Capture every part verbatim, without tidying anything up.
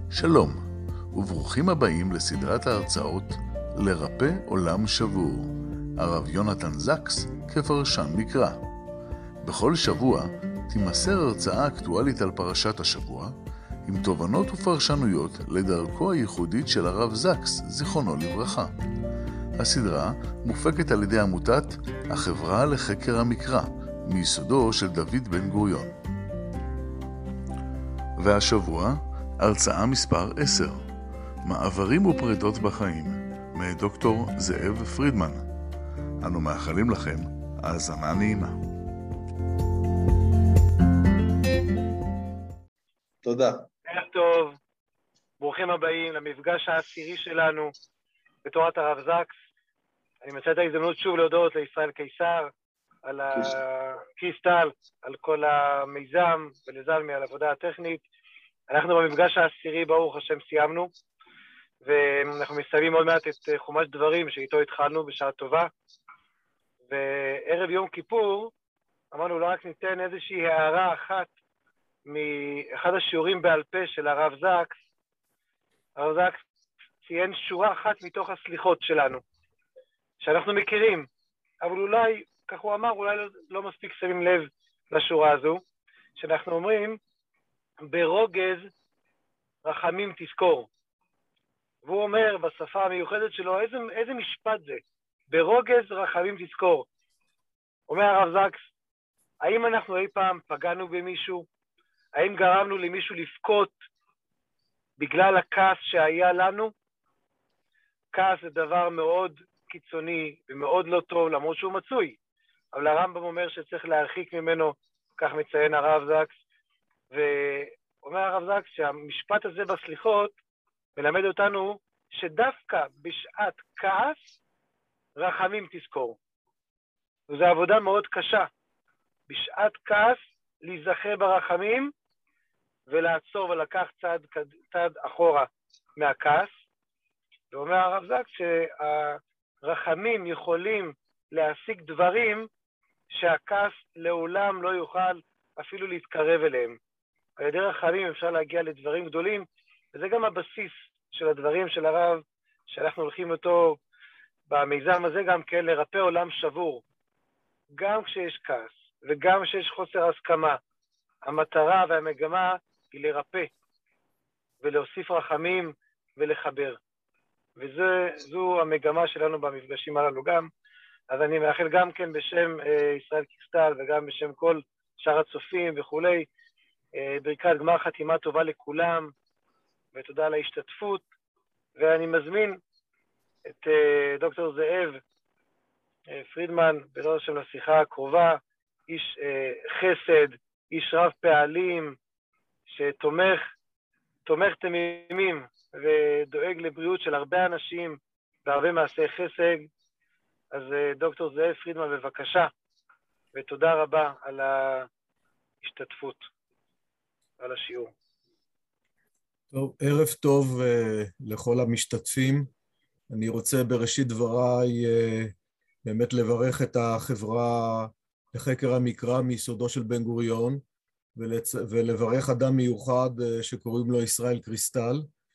שלום, וברוכים הבאים לסדרת ההרצאות לרפא עולם שבור, הרב יונתן זקס כפרשן מקרא. בכל שבוע תימסר הרצאה אקטואלית על פרשת השבוע, עם תובנות ופרשנויות לדרכו הייחודית של הרב זקס, זיכרונו לברכה. הסדרה מופקת על ידי עמותת החברה לחקר המקרא, מיסודו של דוד בן גוריון. והשבוע, הרצאה מספר עשר, מעברים ופרידות בחיים, מדוקטור זאב פרידמן. אנו מאחלים לכם האזנה נעימה. תודה. ערב טוב, ברוכים הבאים למפגש העשירי שלנו בתורת הרב זקס. אני מצא את ההזדמנות שוב להודות לישראל קיסר, על הקריסטל, על כל המיזם ולזלמי על עבודה הטכנית. אנחנו במפגש העשירי ברוך השם סיימנו, ואנחנו מסיימים עוד מעט את חומש דברים שאיתו התחלנו בשעה טובה. וערב יום כיפור אמרנו לא רק ניתן איזושהי הערה אחת מאחד השיעורים בעל פה של הרב זקס. הרב זקס ציין שורה אחת מתוך הסליחות שלנו, שאנחנו מכירים, אבל אולי, כך הוא אמר, אולי לא, לא מספיק שמים לב לשורה הזו, שאנחנו אומרים, ברוגז רחמים תזכור. והוא אומר בשפה המיוחדת שלו, איזה, איזה משפט זה? ברוגז רחמים תזכור. אומר הרב זקס, האם אנחנו אי פעם פגענו במישהו? האם גרמנו למישהו לבכות בגלל הכעס שהיה לנו? כעס זה דבר מאוד קיצוני ומאוד לא טוב, למרות שהוא מצוי. אבל הרמב"ם אומר שצריך להרחיק ממנו, כך מציין הרב זקס. ואומר הרב זקס שהמשפט הזה בסליחות מלמד אותנו שדווקא בשעת כעס רחמים תזכור. וזו עבודה מאוד קשה. בשעת כעס להיזכר ברחמים ולעצור ולקח צעד, צעד אחורה מהכעס. ואומר הרב זקס שהרחמים יכולים להשיג דברים שהכעס לעולם לא יוכל אפילו להתקרב אליהם. על ידי רחמים אפשר להגיע לדברים גדולים, וזה גם הבסיס של הדברים של הרב, שאנחנו הולכים אותו במיזם הזה גם כן לרפא עולם שבור. גם כשיש כעס וגם כשיש חוסר הסכמה, המטרה והמגמה היא לרפא ולהוסיף רחמים ולחבר. וזו המגמה שלנו במפגשים הללו גם. אז אני מאחל גם כן בשם אה, ישראל קיסטל וגם בשם כל שאר הצופים וכולי, אה, ברכת גמר חתימה טובה לכולם, ותודה על ההשתתפות. ואני מזמין את אה, דוקטור זאב אה, פרידמן, בעזרת השם לשיחה הקרובה, איש אה, חסד, איש רב פעלים, שתומך, תומך תמימים, ודואג לבריאות של הרבה אנשים, והרבה מעשי חסד. אז דוקטור זאב פרידמן, בבקשה, ותודה רבה על ההשתתפות, על השיעור. טוב, ערב טוב uh, לכל המשתתפים. אני רוצה בראשית דבריי uh, באמת לברך את החברה לחקר המקרא מיסודו של בן גוריון, ולצ... ולברך אדם מיוחד uh, שקוראים לו ישראל קריסטל,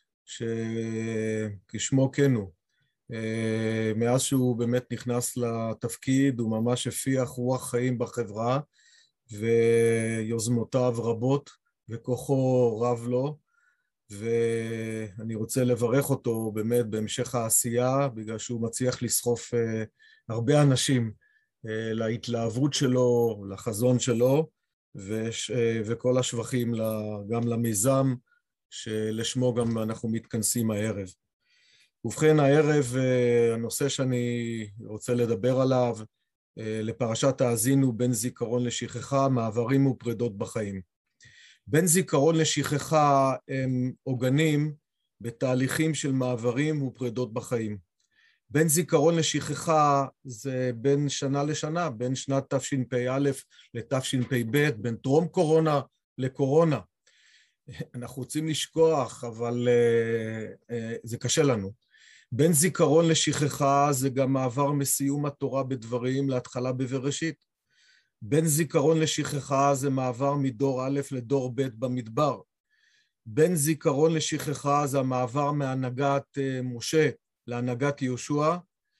שכשמו כן הוא. Uh, מאז שהוא באמת נכנס לתפקיד, הוא ממש הפיח רוח חיים בחברה, ויוזמותיו רבות, וכוחו רב לו, ואני רוצה לברך אותו באמת בהמשך העשייה, בגלל שהוא מצליח לסחוף uh, הרבה אנשים uh, להתלהבות שלו, לחזון שלו, וש, uh, וכל השבחים גם למיזם, שלשמו גם אנחנו מתכנסים הערב. ובכן, הערב הנושא שאני רוצה לדבר עליו, לפרשת האזינו בין זיכרון לשכחה, מעברים ופרידות בחיים. בין זיכרון לשכחה הם עוגנים בתהליכים של מעברים ופרידות בחיים. בין זיכרון לשכחה זה בין שנה לשנה, בין שנת תשפ"א לתשפ"ב, בין טרום קורונה לקורונה. אנחנו רוצים לשכוח, אבל uh, uh, זה קשה לנו. בין זיכרון לשכחה זה גם מעבר מסיום התורה בדברים להתחלה בבראשית. בין זיכרון לשכחה זה מעבר מדור א' לדור ב' במדבר. בין זיכרון לשכחה זה המעבר מהנהגת משה להנהגת יהושע,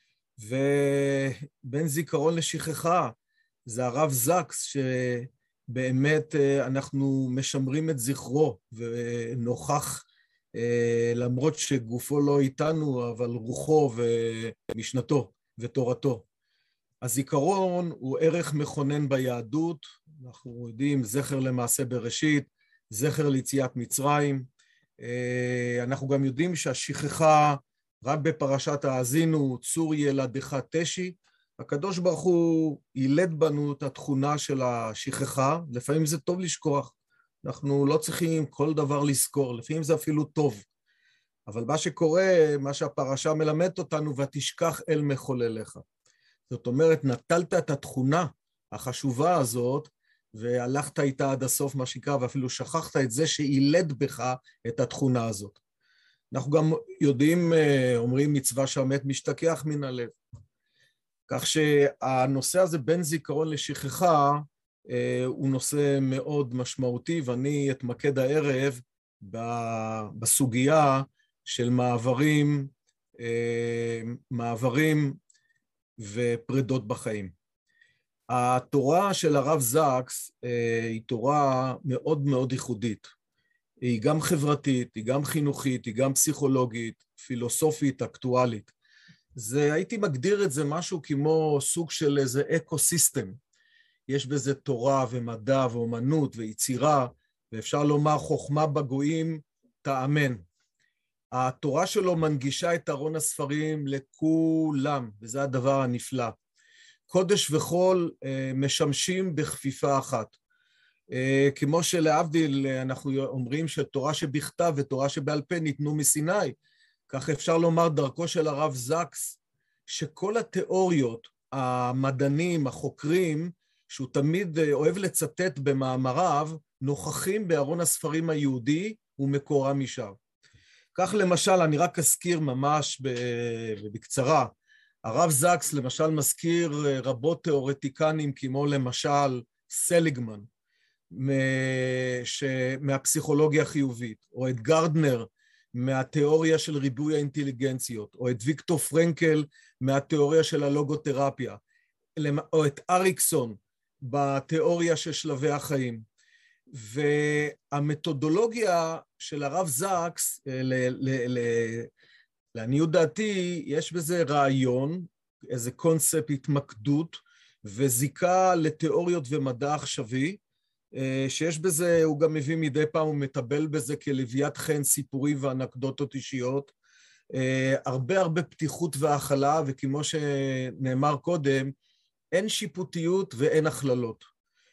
ובין זיכרון לשכחה זה הרב זקס, שבאמת אנחנו משמרים את זכרו, ונוכח, למרות שגופו לא איתנו, אבל רוחו ומשנתו ותורתו. הזיכרון הוא ערך מכונן ביהדות, אנחנו יודעים, זכר למעשה בראשית, זכר ליציאת מצרים. אנחנו גם יודעים שהשכחה, רק בפרשת האזינו, צור ילדך תשי, הקדוש ברוך הוא ילד בנו את התכונה של השכחה, לפעמים זה טוב לשכוח, אנחנו לא צריכים כל דבר לזכור, לפעמים זה אפילו טוב, אבל מה שקורה, מה שהפרשה מלמדת אותנו, ותשכח אל מחולליך. זאת אומרת, נטלת את התכונה החשובה הזאת, והלכת איתה עד הסוף, מה שקרה, ואפילו שכחת את זה שילד בך את התכונה הזאת. אנחנו גם יודעים, אומרים מצווה שהמת משתכח מן הלב. כך שהנושא הזה בין זיכרון לשכחה, הוא נושא מאוד משמעותי, ואני אתמקד הערב בסוגיה של מעברים, מעברים ופרדות בחיים. התורה של הרב זקס היא תורה מאוד מאוד ייחודית. היא גם חברתית, היא גם חינוכית, היא גם פסיכולוגית, פילוסופית, אקטואלית. זה, הייתי מגדיר את זה משהו כמו סוג של איזה אקו-סיסטם. יש בזה תורה ומדע ואומנות ויצירה, ואפשר לומר חוכמה בגויים תאמן. התורה שלו מנגישה את ארון הספרים לכולם, וזה הדבר הנפלא. קודש וחול משמשים בכפיפה אחת. כמו שלהבדיל אנחנו אומרים שתורה שבכתב ותורה שבעל פה ניתנו מסיני, כך אפשר לומר דרכו של הרב זקס, שכל התיאוריות, המדענים, החוקרים, שהוא תמיד אוהב לצטט במאמריו, נוכחים בארון הספרים היהודי ומקורם משם. כך למשל, אני רק אזכיר ממש בקצרה, הרב זקס למשל מזכיר רבות תיאורטיקנים, כמו למשל סליגמן, מהפסיכולוגיה החיובית, או את גרדנר מהתיאוריה של ריבוי האינטליגנציות, או את ויקטור פרנקל מהתיאוריה של הלוגותרפיה, או את אריקסון בתיאוריה של שלבי החיים. והמתודולוגיה של הרב זקס, לעניות דעתי, יש בזה רעיון, איזה קונספט התמקדות, וזיקה לתיאוריות ומדע עכשווי, שיש בזה, הוא גם מביא מדי פעם, הוא מטבל בזה כלוויית חן סיפורי ואנקדוטות אישיות, הרבה הרבה פתיחות והכלה, וכמו שנאמר קודם, אין שיפוטיות ואין הכללות.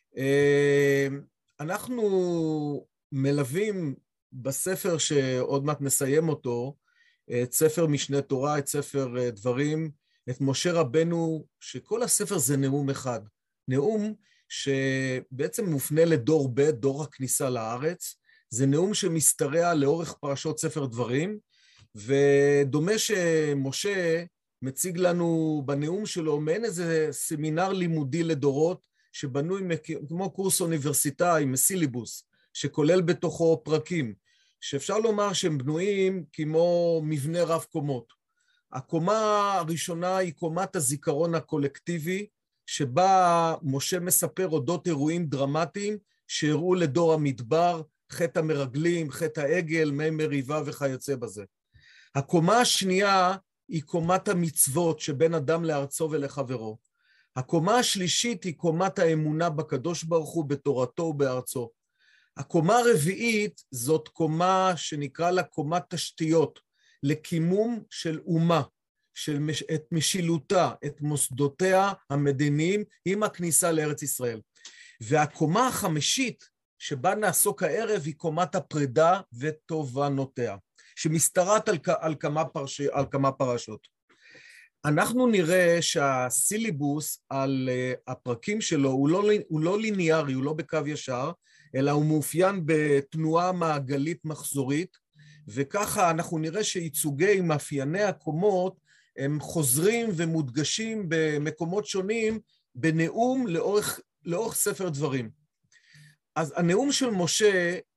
אנחנו מלווים בספר שעוד מעט נסיים אותו, את ספר משנה תורה, את ספר דברים, את משה רבנו, שכל הספר זה נאום אחד. נאום שבעצם מופנה לדור ב', דור הכניסה לארץ. זה נאום שמסתרע לאורך פרשות ספר דברים, ודומה שמשה מציג לנו בנאום שלו מעין איזה סמינר לימודי לדורות, שבנוי כמו קורס אוניברסיטאי, מסיליבוס, שכולל בתוכו פרקים, שאפשר לומר שהם בנויים כמו מבנה רב קומות. הקומה הראשונה היא קומת הזיכרון הקולקטיבי, שבה משה מספר אודות אירועים דרמטיים שהראו לדור המדבר, חטא המרגלים, חטא העגל, מי מריבה וכיוצא בזה. הקומה השנייה היא קומת המצוות שבין אדם לארצו ולחברו. הקומה השלישית היא קומת האמונה בקדוש ברוך הוא, בתורתו ובארצו. הקומה הרביעית זאת קומה שנקרא לה קומת תשתיות, לקימום של אומה, של מש... את משילותה, את מוסדותיה המדיניים עם הכניסה לארץ ישראל. והקומה החמישית שבה נעסוק הערב היא קומת הפרידה ותובנותיה, שמסתרעת על, על, כמה, פרש... על כמה פרשות. אנחנו נראה שהסיליבוס על הפרקים שלו הוא לא, הוא לא ליניארי, הוא לא בקו ישר, אלא הוא מאופיין בתנועה מעגלית מחזורית, וככה אנחנו נראה שייצוגי מאפייני הקומות הם חוזרים ומודגשים במקומות שונים בנאום לאורך, לאורך ספר דברים. אז הנאום של משה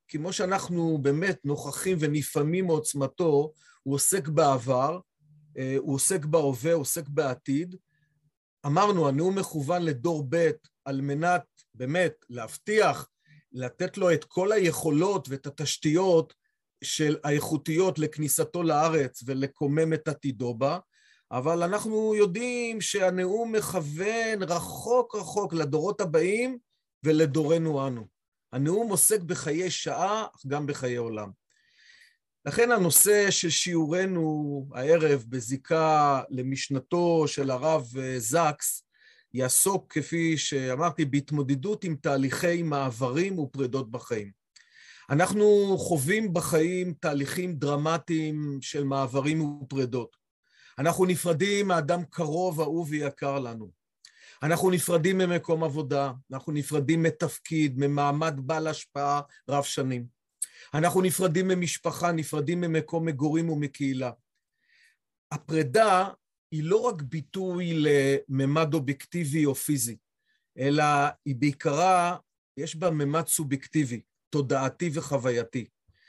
כמו שאנחנו באמת נוכחים ונפעמים מעוצמתו, הוא עוסק בעבר, הוא עוסק בהווה, הוא עוסק בעתיד. אמרנו, הנאום מכוון לדור ב' על מנת באמת להבטיח, לתת לו את כל היכולות ואת התשתיות של האיכותיות לכניסתו לארץ ולקומם את עתידו בה, אבל אנחנו יודעים שהנאום מכוון רחוק רחוק לדורות הבאים ולדורנו אנו. הנאום עוסק בחיי שעה, אך גם בחיי עולם. לכן הנושא של שיעורנו הערב בזיקה למשנתו של הרב זקס, יעסוק כפי שאמרתי בהתמודדות עם תהליכי מעברים ופרידות בחיים. אנחנו חווים בחיים תהליכים דרמטיים של מעברים ופרידות. אנחנו נפרדים מאדם קרוב, אהוב ויקר לנו. אנחנו נפרדים ממקום עבודה, אנחנו נפרדים מתפקיד, ממעמד בעל השפעה רב שנים. אנחנו נפרדים ממשפחה, נפרדים ממקום מגורים ומקהילה. הפרידה היא לא רק ביטוי לממד אובייקטיבי או פיזי, אלא היא בעיקרה, יש בה ממד סובייקטיבי, תודעתי וחווייתי.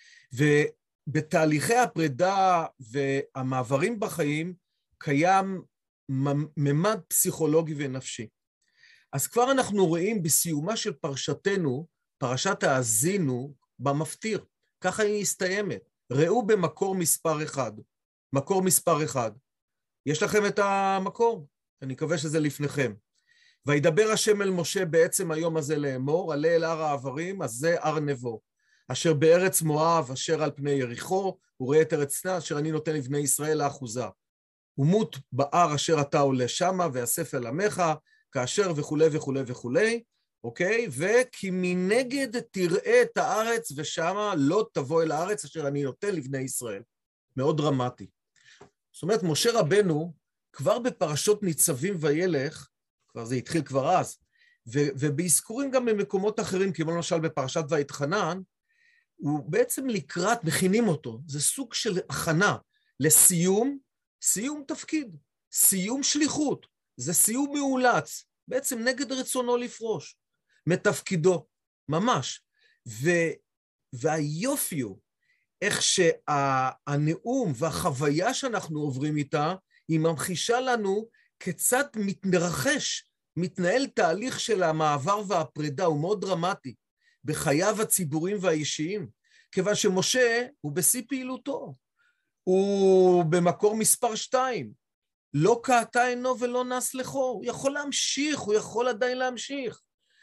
ובתהליכי הפרידה והמעברים בחיים קיים ממד פסיכולוגי ונפשי. אז כבר אנחנו רואים בסיומה של פרשתנו, פרשת האזינו, במפטיר. ככה היא מסתיימת. ראו במקור מספר אחד. מקור מספר אחד. יש לכם את המקור? אני מקווה שזה לפניכם. וידבר השם אל משה בעצם היום הזה לאמור, עלה אל הר העברים, אז זה הר נבו. אשר בארץ מואב, אשר על פני יריחו, וראה את ארץ צנע, אשר אני נותן לבני ישראל לאחוזה. ומות בהר אשר אתה עולה שמה, ואסף אל עמך, כאשר וכולי וכולי וכולי, אוקיי? וכי מנגד תראה את הארץ, ושמה לא תבוא אל הארץ, אשר אני נותן לבני ישראל. מאוד דרמטי. זאת אומרת, משה רבנו, כבר בפרשות ניצבים וילך, כבר זה התחיל כבר אז, ו- ובאזכורים גם במקומות אחרים, כמו למשל בפרשת ויתחנן, הוא בעצם לקראת, מכינים אותו, זה סוג של הכנה לסיום, סיום תפקיד, סיום שליחות, זה סיום מאולץ, בעצם נגד רצונו לפרוש, מתפקידו, ממש. ו- והיופי הוא, איך שהנאום והחוויה שאנחנו עוברים איתה, היא ממחישה לנו כיצד מתרחש, מתנהל תהליך של המעבר והפרידה, הוא מאוד דרמטי, בחייו הציבוריים והאישיים, כיוון שמשה הוא בשיא פעילותו, הוא במקור מספר שתיים, לא קעתה עינו ולא נס לחו, הוא יכול להמשיך, הוא יכול עדיין להמשיך.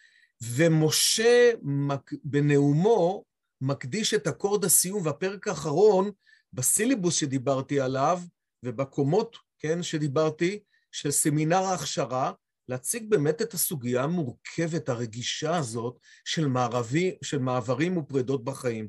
ומשה בנאומו מקדיש את אקורד הסיום והפרק האחרון בסילבוס שדיברתי עליו, ובקומות, כן, שדיברתי, של סמינר ההכשרה, להציג באמת את הסוגיה המורכבת, הרגישה הזאת, של, מערבי, של מעברים ופרידות בחיים.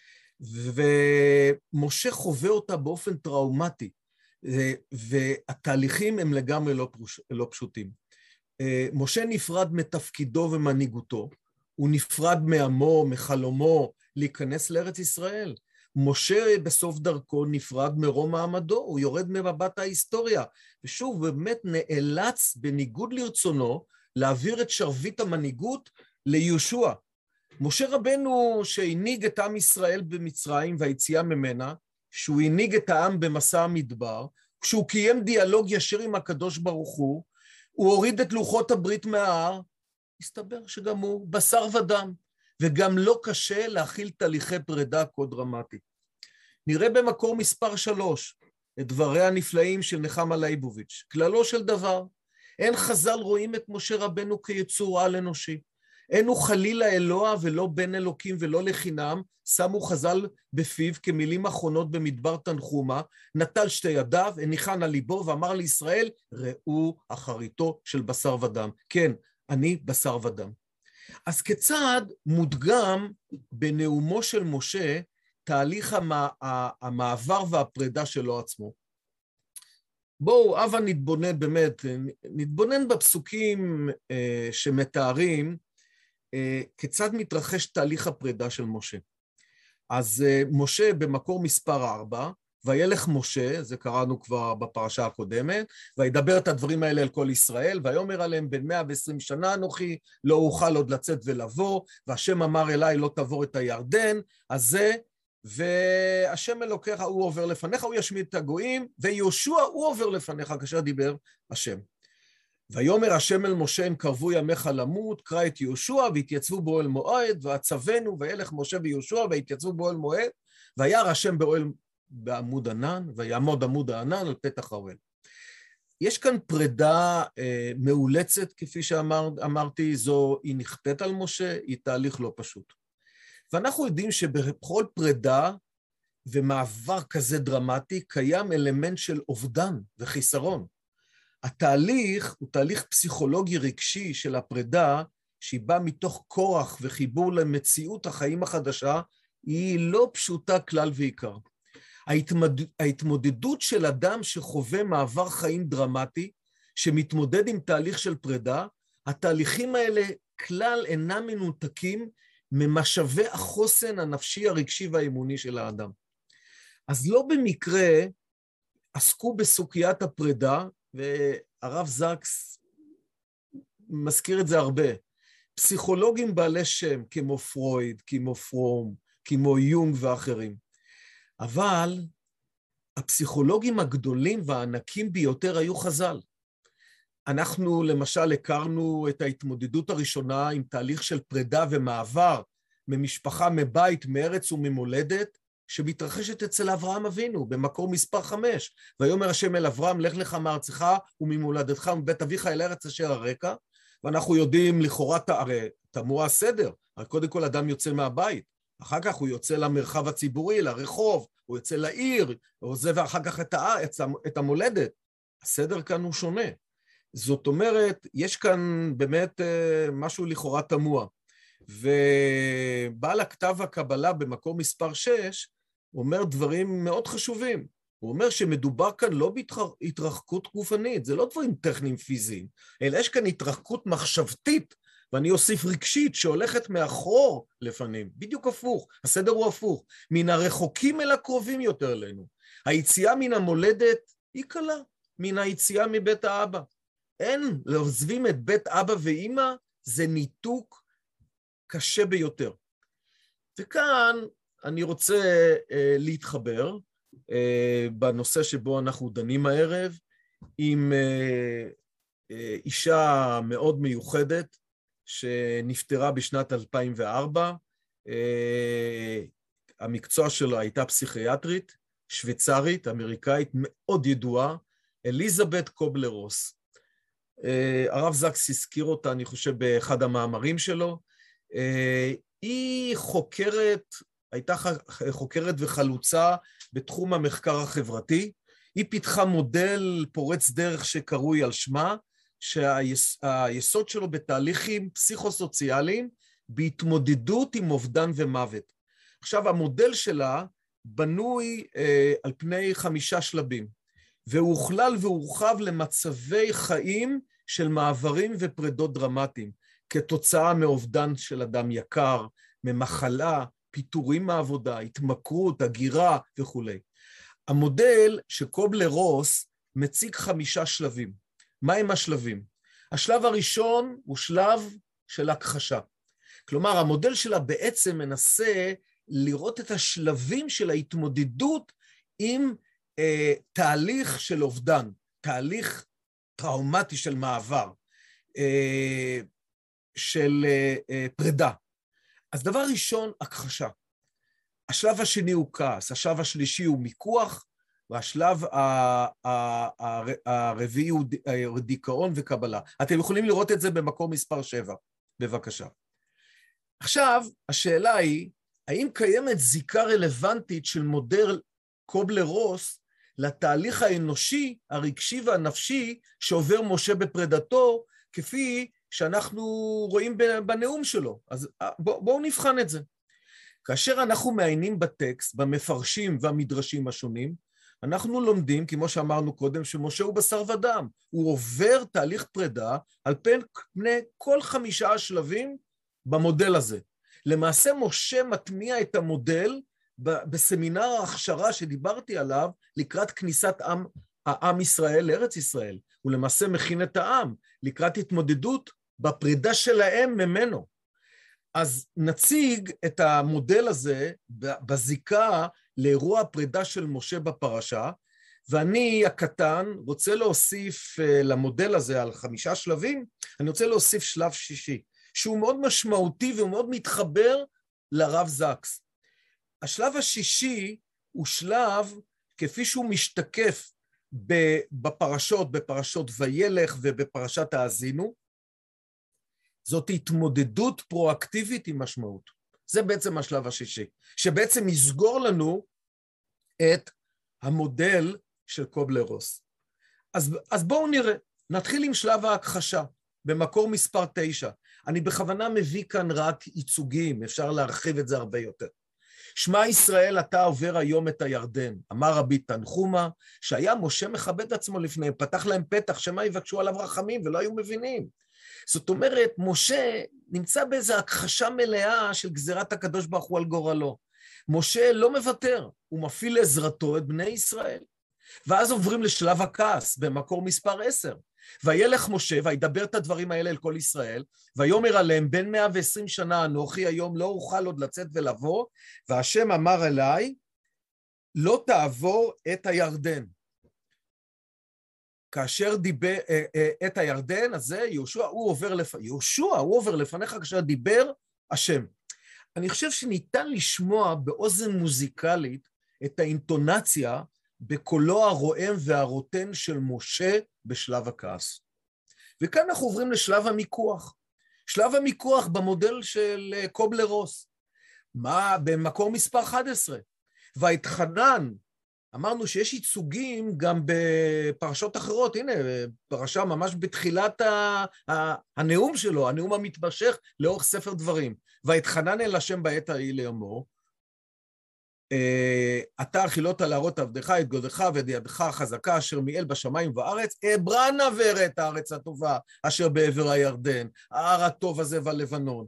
ומשה חווה אותה באופן טראומטי, והתהליכים הם לגמרי לא, פרוש, לא פשוטים. משה נפרד מתפקידו ומנהיגותו, הוא נפרד מעמו, מחלומו, להיכנס לארץ ישראל. משה בסוף דרכו נפרד מרום מעמדו, הוא יורד ממבט ההיסטוריה, ושוב באמת נאלץ בניגוד לרצונו להעביר את שרביט המנהיגות ליהושע. משה רבנו שהנהיג את עם ישראל במצרים והיציאה ממנה, שהוא הנהיג את העם במסע המדבר, כשהוא קיים דיאלוג ישיר עם הקדוש ברוך הוא, הוא הוריד את לוחות הברית מההר, הסתבר שגם הוא בשר ודם, וגם לא קשה להכיל תהליכי פרידה כה דרמטי. נראה במקור מספר שלוש, את דבריה הנפלאים של נחמה ליבוביץ'. כללו של דבר, אין חז"ל רואים את משה רבנו כיצור על אנושי. אין הוא חלילה אלוה ולא בן אלוקים ולא לחינם, שמו חז"ל בפיו כמילים אחרונות במדבר תנחומה, נטל שתי ידיו, הניחן על ליבו ואמר לישראל, ראו אחריתו של בשר ודם. כן, אני בשר ודם. אז כיצד מודגם בנאומו של משה תהליך המעבר והפרידה שלו עצמו? בואו, הבה נתבונן באמת, נתבונן בפסוקים שמתארים כיצד מתרחש תהליך הפרידה של משה. אז משה במקור מספר ארבע, וילך משה, זה קראנו כבר בפרשה הקודמת, וידבר את הדברים האלה אל כל ישראל, ויאמר עליהם בין מאה ועשרים שנה אנוכי, לא אוכל עוד לצאת ולבוא, והשם אמר אליי לא תעבור את הירדן, אז זה, והשם אלוקיך הוא עובר לפניך, הוא ישמיד את הגויים, ויהושע הוא עובר לפניך, כאשר דיבר השם. ויאמר השם אל משה, אם קרבו ימיך למות, קרא את יהושע, והתייצבו באוהל מועד, ועצבנו, וילך משה ויהושע, והתייצבו באוהל מועד, וירא השם באוהל בעמוד ענן, ויעמוד עמוד הענן על פתח האוהל. יש כאן פרידה אה, מאולצת, כפי שאמרתי, זו היא נכפית על משה, היא תהליך לא פשוט. ואנחנו יודעים שבכל פרידה ומעבר כזה דרמטי, קיים אלמנט של אובדן וחיסרון. התהליך הוא תהליך פסיכולוגי רגשי של הפרידה, שהיא באה מתוך כורח וחיבור למציאות החיים החדשה, היא לא פשוטה כלל ועיקר. ההתמד... ההתמודדות של אדם שחווה מעבר חיים דרמטי, שמתמודד עם תהליך של פרידה, התהליכים האלה כלל אינם מנותקים ממשאבי החוסן הנפשי, הרגשי והאמוני של האדם. אז לא במקרה עסקו בסוגיית הפרידה, והרב זקס מזכיר את זה הרבה. פסיכולוגים בעלי שם, כמו פרויד, כמו פרום, כמו יונג ואחרים. אבל הפסיכולוגים הגדולים והענקים ביותר היו חז"ל. אנחנו למשל הכרנו את ההתמודדות הראשונה עם תהליך של פרידה ומעבר ממשפחה, מבית, מארץ וממולדת, שמתרחשת אצל אברהם אבינו, במקור מספר חמש. ויאמר השם אל אברהם, לך לך מארצך וממולדתך ומבית אביך אל ארץ אשר הרקע, ואנחנו יודעים לכאורה, הרי תמוה הסדר, הרי קודם כל אדם יוצא מהבית, אחר כך הוא יוצא למרחב הציבורי, לרחוב, הוא יוצא לעיר, הוא עוזב ואחר כך את, הארץ, את המולדת. הסדר כאן הוא שונה. זאת אומרת, יש כאן באמת משהו לכאורה תמוה. ובעל הכתב הקבלה במקור מספר שש, אומר דברים מאוד חשובים. הוא אומר שמדובר כאן לא בהתרחקות גופנית, זה לא דברים טכניים פיזיים, אלא יש כאן התרחקות מחשבתית, ואני אוסיף רגשית, שהולכת מאחור לפנים, בדיוק הפוך, הסדר הוא הפוך, מן הרחוקים אל הקרובים יותר אלינו. היציאה מן המולדת היא קלה, מן היציאה מבית האבא. אין, לעוזבים את בית אבא ואמא, זה ניתוק קשה ביותר. וכאן אני רוצה אה, להתחבר, בנושא שבו אנחנו דנים הערב, עם אישה מאוד מיוחדת, שנפטרה בשנת אלפיים וארבע, המקצוע שלה הייתה פסיכיאטרית, שוויצרית, אמריקאית, מאוד ידועה, אליזבת קובלר-רוס. הרב זקס הזכיר אותה, אני חושב, באחד המאמרים שלו. היא חוקרת, הייתה חוקרת וחלוצה בתחום המחקר החברתי. היא פיתחה מודל פורץ דרך שקרוי על שמה, שהיסוד שלו בתהליכים פסיכוסוציאליים, בהתמודדות עם אובדן ומוות. עכשיו, המודל שלה בנוי אה, על פני חמישה שלבים, והוא הוכלל והורחב למצבי חיים של מעברים ופרידות דרמטיים, כתוצאה מאובדן של אדם יקר, ממחלה, פיטורים מהעבודה, התמכרות, הגירה וכו'. המודל שקובלר-רוס מציג חמישה שלבים. מה הם השלבים? השלב הראשון הוא שלב של הכחשה. כלומר, המודל שלה בעצם מנסה לראות את השלבים של ההתמודדות עם אה, תהליך של אובדן, תהליך טראומטי של מעבר, אה, של אה, אה, פרידה. אז דבר ראשון, הכחשה. השלב השני הוא כעס, השלב השלישי הוא מיקוח, והשלב הרביעי הוא דיכאון וקבלה. אתם יכולים לראות את זה במקור מספר שבע, בבקשה. עכשיו, השאלה היא, האם קיימת זיקה רלוונטית של מודל קובלר-רוס לתהליך האנושי, הרגשי והנפשי שעובר משה בפרידתו, כפי שאנחנו רואים בנאום שלו? אז בואו בוא נבחן את זה. כאשר אנחנו מעיינים בטקסט, במפרשים והמדרשים השונים, אנחנו לומדים, כמו שאמרנו קודם, שמשה הוא בשר ודם. הוא עובר תהליך פרידה על פני כל חמישה השלבים במודל הזה. למעשה משה מטמיע את המודל בסמינר ההכשרה שדיברתי עליו, לקראת כניסת עם, העם ישראל לארץ ישראל. הוא למעשה מכין את העם, לקראת התמודדות בפרידה שלהם ממנו. אז נציג את המודל הזה בזיקה לאירוע הפרידה של משה בפרשה, ואני הקטן רוצה להוסיף למודל הזה על חמישה שלבים, אני רוצה להוסיף שלב שישי, שהוא מאוד משמעותי והוא מאוד מתחבר לרב זקס. השלב השישי הוא שלב כפי שהוא משתקף בפרשות, בפרשות וילך ובפרשת האזינו, זאת התמודדות פרואקטיבית עם משמעות. זה בעצם השלב השישי, שבעצם יסגור לנו את המודל של קובלר-רוס. אז, אז בואו נראה, נתחיל עם שלב ההכחשה, במקור מספר תשע. אני בכוונה מביא כאן רק ייצוגים, אפשר להרחיב את זה הרבה יותר. שמע ישראל, אתה עובר היום את הירדן, אמר רבי תנחומה, שהיה משה מכבד עצמו לפניהם, פתח להם פתח, שמה יבקשו עליו רחמים, ולא היו מבינים. זאת אומרת, משה נמצא באיזו הכחשה מלאה של גזירת הקדוש ברוך הוא על גורלו. משה לא מוותר, הוא מפעיל לעזרתו את בני ישראל. ואז עוברים לשלב הכעס, במקור מספר עשר. וילך משה, וידבר את הדברים האלה אל כל ישראל, ויאמר עליהם, בין מאה ועשרים שנה אנוכי היום לא אוכל עוד לצאת ולבוא, והשם אמר אליי, לא תעבור את הירדן. כאשר דיבר את הירדן הזה, יהושע הוא עובר לפ... יהושע הוא עובר לפניך כאשר דיבר השם. אני חושב שניתן לשמוע באוזן מוזיקלית את האינטונציה בקולו הרועם והרוטן של משה בשלב הכעס. וכאן אנחנו עוברים לשלב המיקוח. שלב המיקוח במודל של קובלר-רוס. מה במקור מספר אחת עשרה? והתחנן, אמרנו שיש ייצוגים גם בפרשות אחרות, הנה, פרשה ממש בתחילת הנאום שלו, הנאום המתמשך לאורך ספר דברים. והתחנן אל השם בעת ההיא לאמור, אתה החילות להראות עבדך את גודך ואת ידך החזקה אשר מיאל בשמיים וארץ, אברה נבר את הארץ הטובה אשר בעבר הירדן, ההר הטוב הזה והלבנון.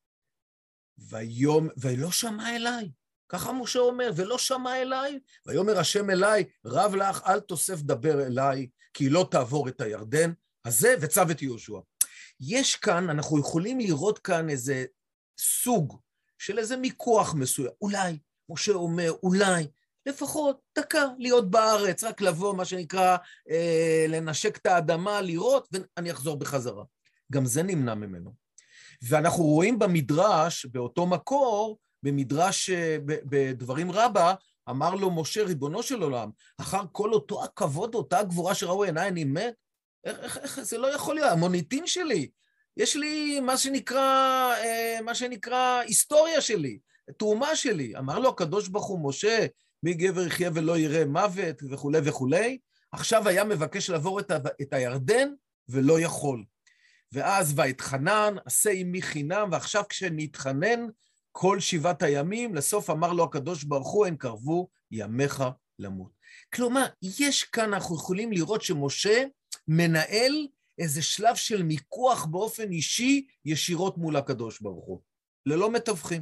ויום, ולא שמע אליי, ככה משה אומר, ולא שמע אליי, ויאמר השם אליי, רב לך אל תוסף דבר אליי, כי לא תעבור את הירדן הזה, וצו את יהושע. יש כאן, אנחנו יכולים לראות כאן איזה סוג של איזה מיקוח מסוים, אולי, משה אומר, אולי, לפחות דקה להיות בארץ, רק לבוא, מה שנקרא, אה, לנשק את האדמה, לראות, ואני אחזור בחזרה. גם זה נמנע ממנו. ואנחנו רואים במדרש, באותו מקור, במדרש, בדברים רבה, אמר לו משה, ריבונו של עולם, אחר כל אותו הכבוד, אותה הגבורה שראו עיניי, אני מת? איך, איך, איך, זה לא יכול להיות, המוניטין שלי, יש לי מה שנקרא, מה שנקרא היסטוריה שלי, תרומה שלי. אמר לו הקדוש ברוך הוא, משה, מי גבר יחיה ולא יראה מוות וכו' וכו'. עכשיו היה מבקש לעבור את, ה, את הירדן ולא יכול. ואז והתחנן, עשה עמי חינם, ועכשיו כשנתחנן כל שבעת הימים, לסוף אמר לו הקדוש ברוך הוא, הן קרבו ימיך למות. כלומר, יש כאן, אנחנו יכולים לראות שמשה מנהל איזה שלב של מיקוח באופן אישי ישירות מול הקדוש ברוך הוא, ללא מתווכים.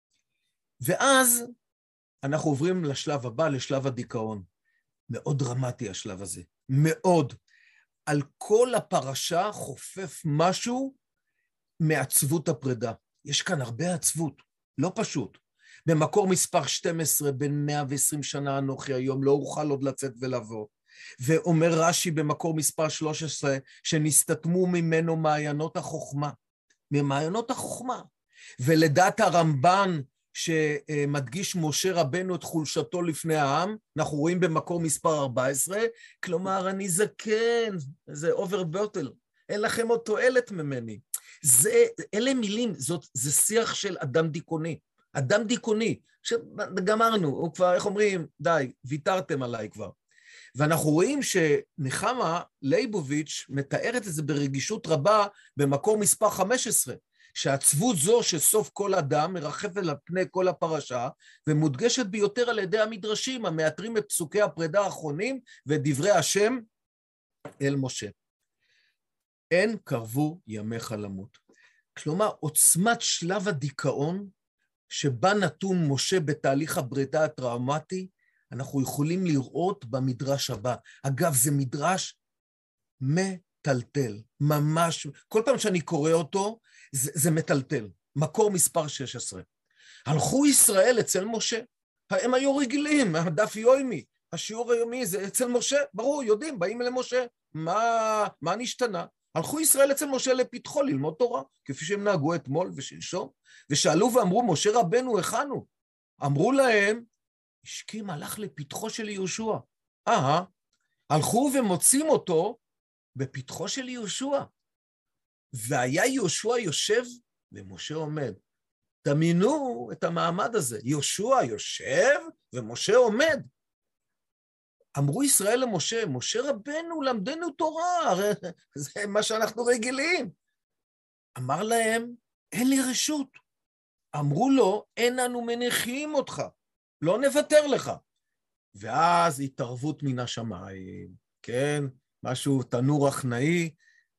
ואז אנחנו עוברים לשלב הבא, לשלב הדיכאון. מאוד דרמטי השלב הזה, מאוד. על כל הפרשה חופף משהו מעצבות הפרידה. יש כאן הרבה עצבות, לא פשוט. במקור מספר שתים עשרה, בין מאה ועשרים שנה אנוכי היום, לא אוכל עוד לצאת ולבוא. ואומר רש"י במקור מספר שלוש עשרה, שנסתתמו ממנו מעיינות החוכמה. ממעיינות החוכמה. ולדעת הרמב"ן, שמדגיש משה רבנו את חולשתו לפני העם, אנחנו רואים במקור מספר ארבע עשרה, כלומר, אני זקן, זה אובר בוטל, אין לכם עוד תועלת ממני. זה, אלה מילים, זאת, זה שיח של אדם דיכאוני, אדם דיכאוני, שגמרנו, הוא כבר, איך אומרים, די, ויתרתם עליי כבר. ואנחנו רואים שנחמה ליבוביץ' מתארת את זה ברגישות רבה במקור מספר חמש עשרה, שהעצבות זו שסוף כל אדם מרחפת על פני כל הפרשה, ומודגשת ביותר על ידי המדרשים, המאתרים את פסוקי הפרידה האחרונים, ודברי השם אל משה. אין קרבו ימיך למות. כלומר, עוצמת שלב הדיכאון שבה נתון משה בתהליך הברידה הטראומטי, אנחנו יכולים לראות במדרש הבא. אגב, זה מדרש מטלטל, ממש, כל פעם שאני קורא אותו, זה, זה מטלטל. מקור מספר שש עשרה. הלכו ישראל אצל משה, הם היו רגילים, הדף יומי, השיעור היומי זה אצל משה, ברור, יודעים, באים למשה, מה, מה נשתנה? הלכו ישראל אצל משה לפתחו ללמוד תורה, כפי שהם נהגו אתמול ושלשום, ושאלו ואמרו, משה רבנו, היכנו? אמרו להם, השכים הלך לפתחו של יהושע. אה, הלכו ומוצאים אותו בפתחו של יהושע. והיה יהושע יושב ומשה עומד. דמיינו את המעמד הזה, יהושע יושב ומשה עומד. אמרו ישראל למשה, משה רבנו למדנו תורה, הרי זה מה שאנחנו רגילים. אמר להם, אין לי רשות. אמרו לו, אין אנו מניחים אותך, לא נוותר לך. ואז התערבות מן השמיים, כן, משהו תנור הכנאי,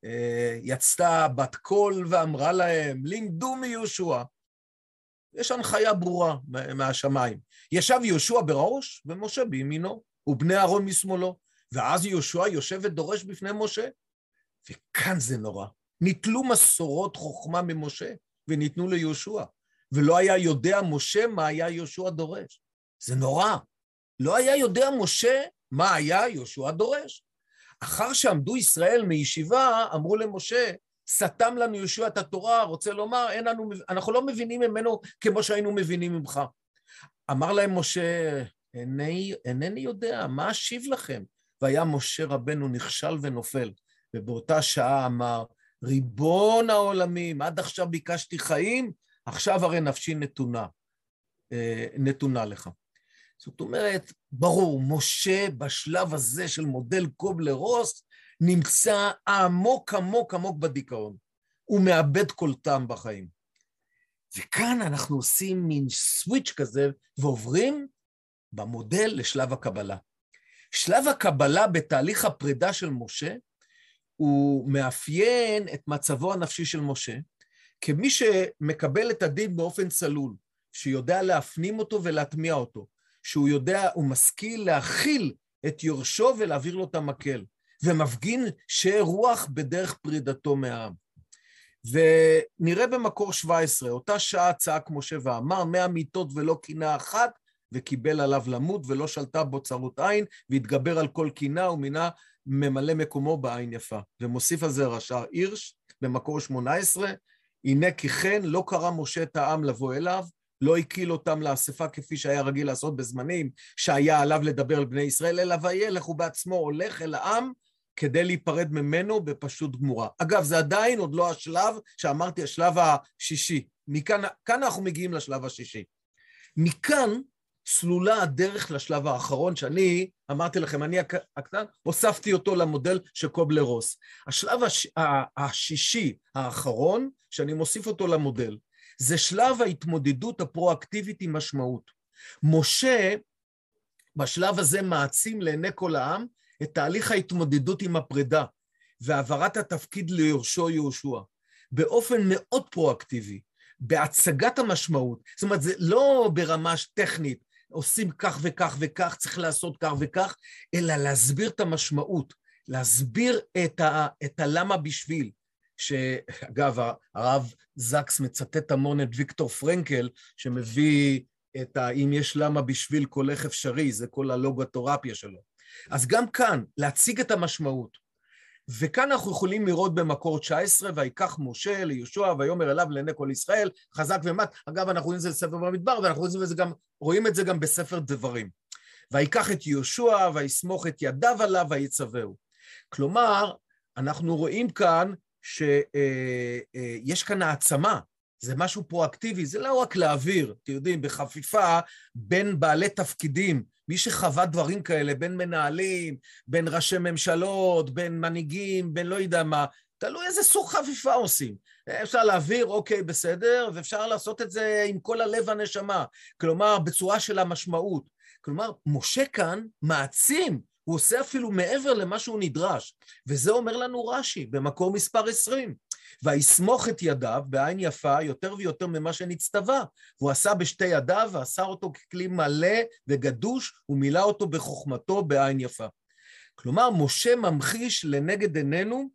יצאה בת קול ואמרה להם, לימדו מיהושע. יש הנחיה ברורה מהשמיים. ישב יהושע בראש ומשה בימינו, ובני אהרון משמאלו, ואז יהושע יושב ודורש בפני משה. וכאן זה נורא. ניטלו מסורות חוכמה ממשה, וניתנו ליהושע. ולא היה יודע משה מה היה יהושע דורש. זה נורא. לא היה יודע משה מה היה יהושע דורש. אחר שעמדו ישראל מישיבה, אמרו למשה, סתם לנו יהושע את התורה, רוצה לומר, אין לנו, אנחנו לא מבינים ממנו כמו שהיינו מבינים ממך. אמר להם משה, אינני, אינני יודע, מה אשיב לכם? והיה משה רבנו נכשל ונופל, ובאותה שעה אמר, ריבון העולמים, עד עכשיו ביקשתי חיים, עכשיו הרי נפשי נתונה, נתונה לך. זאת אומרת, ברור, משה בשלב הזה של מודל קובלר-רוס, נמצא עמוק עמוק עמוק בדיכאון. הוא מאבד כל טעם בחיים. וכאן אנחנו עושים מין סוויץ' כזה, ועוברים במודל לשלב הקבלה. שלב הקבלה בתהליך הפרידה של משה, הוא מאפיין את מצבו הנפשי של משה, כמי שמקבל את הדין באופן צלול, שיודע להפנים אותו ולהטמיע אותו, שהוא יודע, הוא משכיל להכיל את יורשו ולהעביר לו את המקל, ומפגין שאר רוח בדרך פרידתו מהעם. ונראה במקור שבע עשרה, אותה שעה צעק משה ואמר, מאה מיתות ולא קינה אחת, וקיבל עליו למות ולא שלטה בו צרות עין, והתגבר על כל קינה ומינה ממלא מקומו בעין יפה. ומוסיף על זה רש"ר הירש, במקור שמונה עשרה, הנה כי כן לא קרא משה את העם לבוא אליו, לא הקיל אותם לאספה כפי שהיה רגיל לעשות בזמנים שהיה עליו לדבר על בני ישראל, אלא וילך הוא בעצמו הולך אל העם כדי להיפרד ממנו בפשוט גמורה. אגב, זה עדיין עוד לא השלב שאמרתי, השלב השישי. מכאן, כאן אנחנו מגיעים לשלב השישי. מכאן סלולה הדרך לשלב האחרון, שאני אמרתי לכם, אני הקטן, הוספתי אותו למודל של קובלר-רוס. השלב הש... השישי האחרון, שאני מוסיף אותו למודל, זה שלב ההתמודדות הפרואקטיבית עם משמעות. משה, בשלב הזה מעצים לעיני כל העם, את תהליך ההתמודדות עם הפרידה, והעברת התפקיד ליורשו יהושע, באופן מאוד פרואקטיבי, בהצגת המשמעות, זאת אומרת, זה לא ברמה טכנית, עושים כך וכך וכך, צריך לעשות כך וכך, אלא להסביר את המשמעות, להסביר את, ה, את הלמה בשביל, שאגב, הרב זקס מצטט המון את ויקטור פרנקל, שמביא את ה, אם יש למה בשביל כל איך אפשרי, זה כל הלוגותרפיה שלו. אז גם כאן, להציג את המשמעות. וכאן אנחנו יכולים לראות במקור תשע עשרה, ויקח משה ליהושע, ויאמר אליו לעיני כל ישראל, חזק ומט. אגב, אנחנו רואים את זה בספר במדבר, ואנחנו רואים את זה גם, רואים את זה גם בספר דברים. ויקח את יהושע, ויסמוך את ידיו עליו, ויצווהו. כלומר, אנחנו רואים כאן, שיש כאן העצמה, זה משהו פרואקטיבי, זה לא רק להעביר, אתם יודעים, בחפיפה בין בעלי תפקידים, מי שחווה דברים כאלה, בין מנהלים, בין ראשי ממשלות, בין מנהיגים, בין לא יודע מה, תלוי איזה סוג חפיפה עושים. אפשר להעביר, אוקיי, בסדר, ואפשר לעשות את זה עם כל הלב והנשמה, כלומר, בצורה של המשמעות. כלומר, משה כאן מעצים, הוא עושה אפילו מעבר למה שהוא נדרש, וזה אומר לנו רש"י, במקור מספר עשרים. ויסמוך את ידיו בעין יפה יותר ויותר ממה שנצטווה, והוא עשה בשתי ידיו ועשה אותו ככלי מלא וגדוש, ומילא אותו בחוכמתו בעין יפה. כלומר, משה ממחיש לנגד עינינו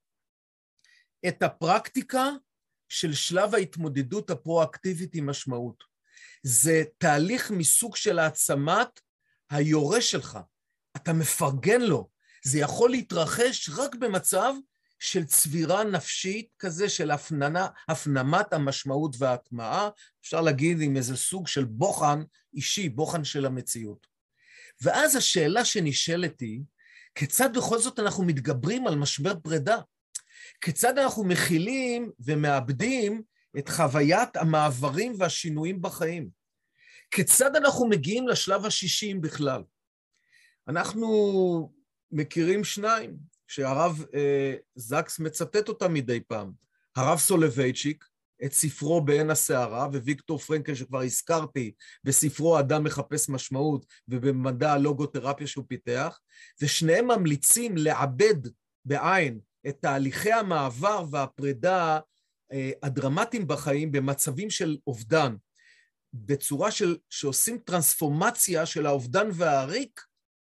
את הפרקטיקה של שלב ההתמודדות הפרואקטיבית עם משמעות. זה תהליך מסוג של העצמת היורש שלך. אתה מפרגן לו. זה יכול להתרחש רק במצב של צבירה נפשית כזה, של הפננה, הפנמת המשמעות וההטמעה, אפשר להגיד עם איזה סוג של בוחן אישי, בוחן של המציאות. ואז השאלה שנשאלת היא, כיצד בכל זאת אנחנו מתגברים על משבר פרידה? כיצד אנחנו מכילים ומאבדים את חוויית המעברים והשינויים בחיים? כיצד אנחנו מגיעים לשלב השישים בכלל? אנחנו מכירים שניים, שהרב אה, זקס מצטט אותם מדי פעם. הרב סולובייצ'יק, את ספרו בעין הסערה, וויקטור פרנקל שכבר הזכרתי, בספרו אדם מחפש משמעות, ובמדע הלוגותרפיה שהוא פיתח, ושניהם ממליצים לעבד בעין את תהליכי המעבר והפרידה אה, הדרמטיים בחיים במצבים של אובדן, בצורה של, שעושים טרנספורמציה של האובדן והריק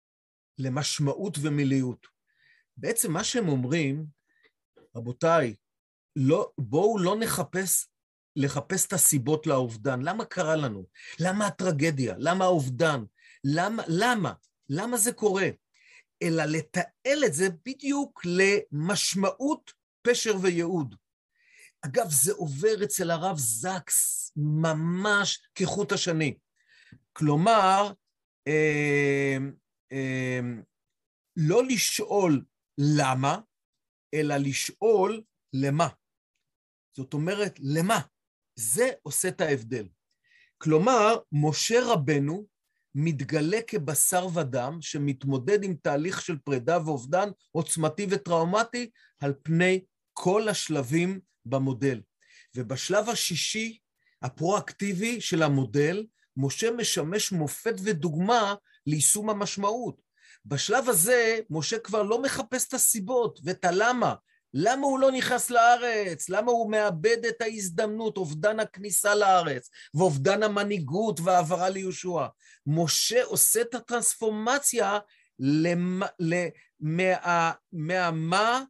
למשמעות ומיליות. בעצם מה שהם אומרים, רבותיי, לא, בואו לא נחפש, לחפש את הסיבות לאובדן. למה קרה לנו? למה הטרגדיה? למה האובדן? למה, למה? למה זה קורה? אלא לתעל את זה בדיוק למשמעות, פשר וייעוד. אגב, זה עובר אצל הרב זקס ממש כחוט השני. כלומר, אה, אה, לא לשאול למה, אלא לשאול למה. זאת אומרת, למה? זה עושה את ההבדל. כלומר, משה רבנו מתגלה כבשר ודם, שמתמודד עם תהליך של פרידה ואובדן עוצמתי וטראומטי, על פני כל השלבים במודל. ובשלב השישי, הפרואקטיבי של המודל, משה משמש מופת ודוגמה ליישום המשמעות. בשלב הזה, משה כבר לא מחפש את הסיבות ואת הלמה. למה הוא לא נכנס לארץ? למה הוא מאבד את ההזדמנות, אובדן הכניסה לארץ, ואובדן המנהיגות והעברה ליהושע? משה עושה את הטרנספורמציה למה, מה, מהמה,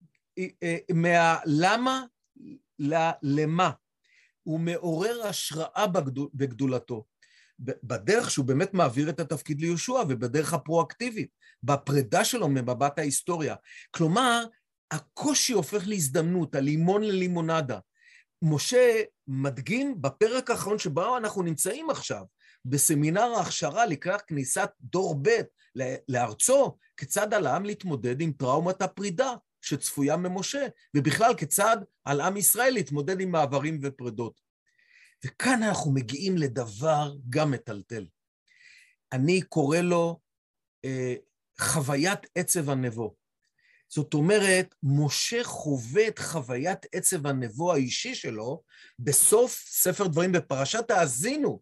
מהלמה למה. הוא מעורר השראה בגדול, בגדולתו. בדרך שהוא באמת מעביר את התפקיד ליהושע, ובדרך הפרואקטיבית, בפרידה שלו ממבט ההיסטוריה. כלומר, הקושי הופך להזדמנות, הלימון ללימונדה. משה מדגים בפרק האחרון שבו אנחנו נמצאים עכשיו, בסמינר ההכשרה לקראת כניסת דור ב' לארצו, כיצד על העם להתמודד עם טראומת הפרידה שצפויה ממשה, ובכלל כיצד על עם ישראל להתמודד עם מעברים ופרידות. וכאן אנחנו מגיעים לדבר גם מטלטל. אני קורא לו אה, חוויית עצב הנבו. זאת אומרת, משה חווה את חוויית עצב הנבו האישי שלו, בסוף ספר דברים בפרשת האזינו,